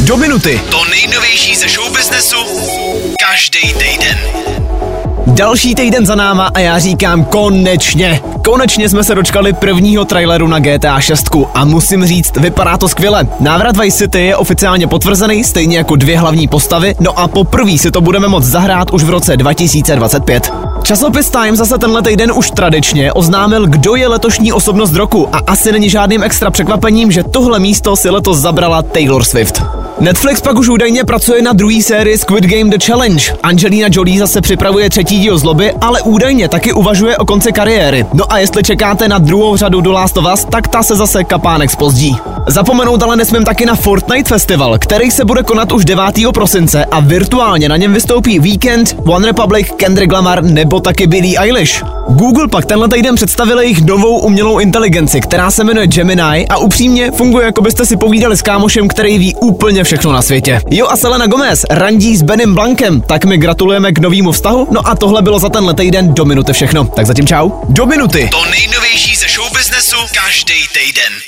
Do minuty. To nejnovější ze show businessu každý týden. Další týden za náma a já říkám konečně. Konečně jsme se dočkali prvního traileru na GTA 6 a musím říct, vypadá to skvěle. Návrat Vice City je oficiálně potvrzený, stejně jako 2 hlavní postavy, no a poprvé si to budeme moct zahrát už v roce 2025. Časopis Time zase tenhle týden už tradičně oznámil, kdo je letošní osobnost roku a asi není žádným extra překvapením, že tohle místo si letos zabrala Taylor Swift. Netflix pak už údajně pracuje na druhé sérii Squid Game The Challenge. Angelina Jolie zase připravuje 3. díl Zloby, ale údajně taky uvažuje o konci kariéry. No a jestli čekáte na druhou řadu The Last of Us, tak ta se zase kapánek zpozdí. Zapomenout ale nesmím taky na Fortnite Festival, který se bude konat už 9. prosince a virtuálně na něm vystoupí Weekend, One Republic, Kendrick Lamar nebo taky Billie Eilish. Google pak tenhle týden představil jejich novou umělou inteligenci, která se jmenuje Gemini a upřímně funguje, jako byste si povídali s kámošem, který ví úplně všechno na světě. Jo a Selena Gomez randí s Benem Blankem, tak my gratulujeme k novému vztahu, no a tohle bylo za tenhle týden do minuty všechno. Tak zatím čau. Do minuty. To nejnovější ze show businessu každý týden.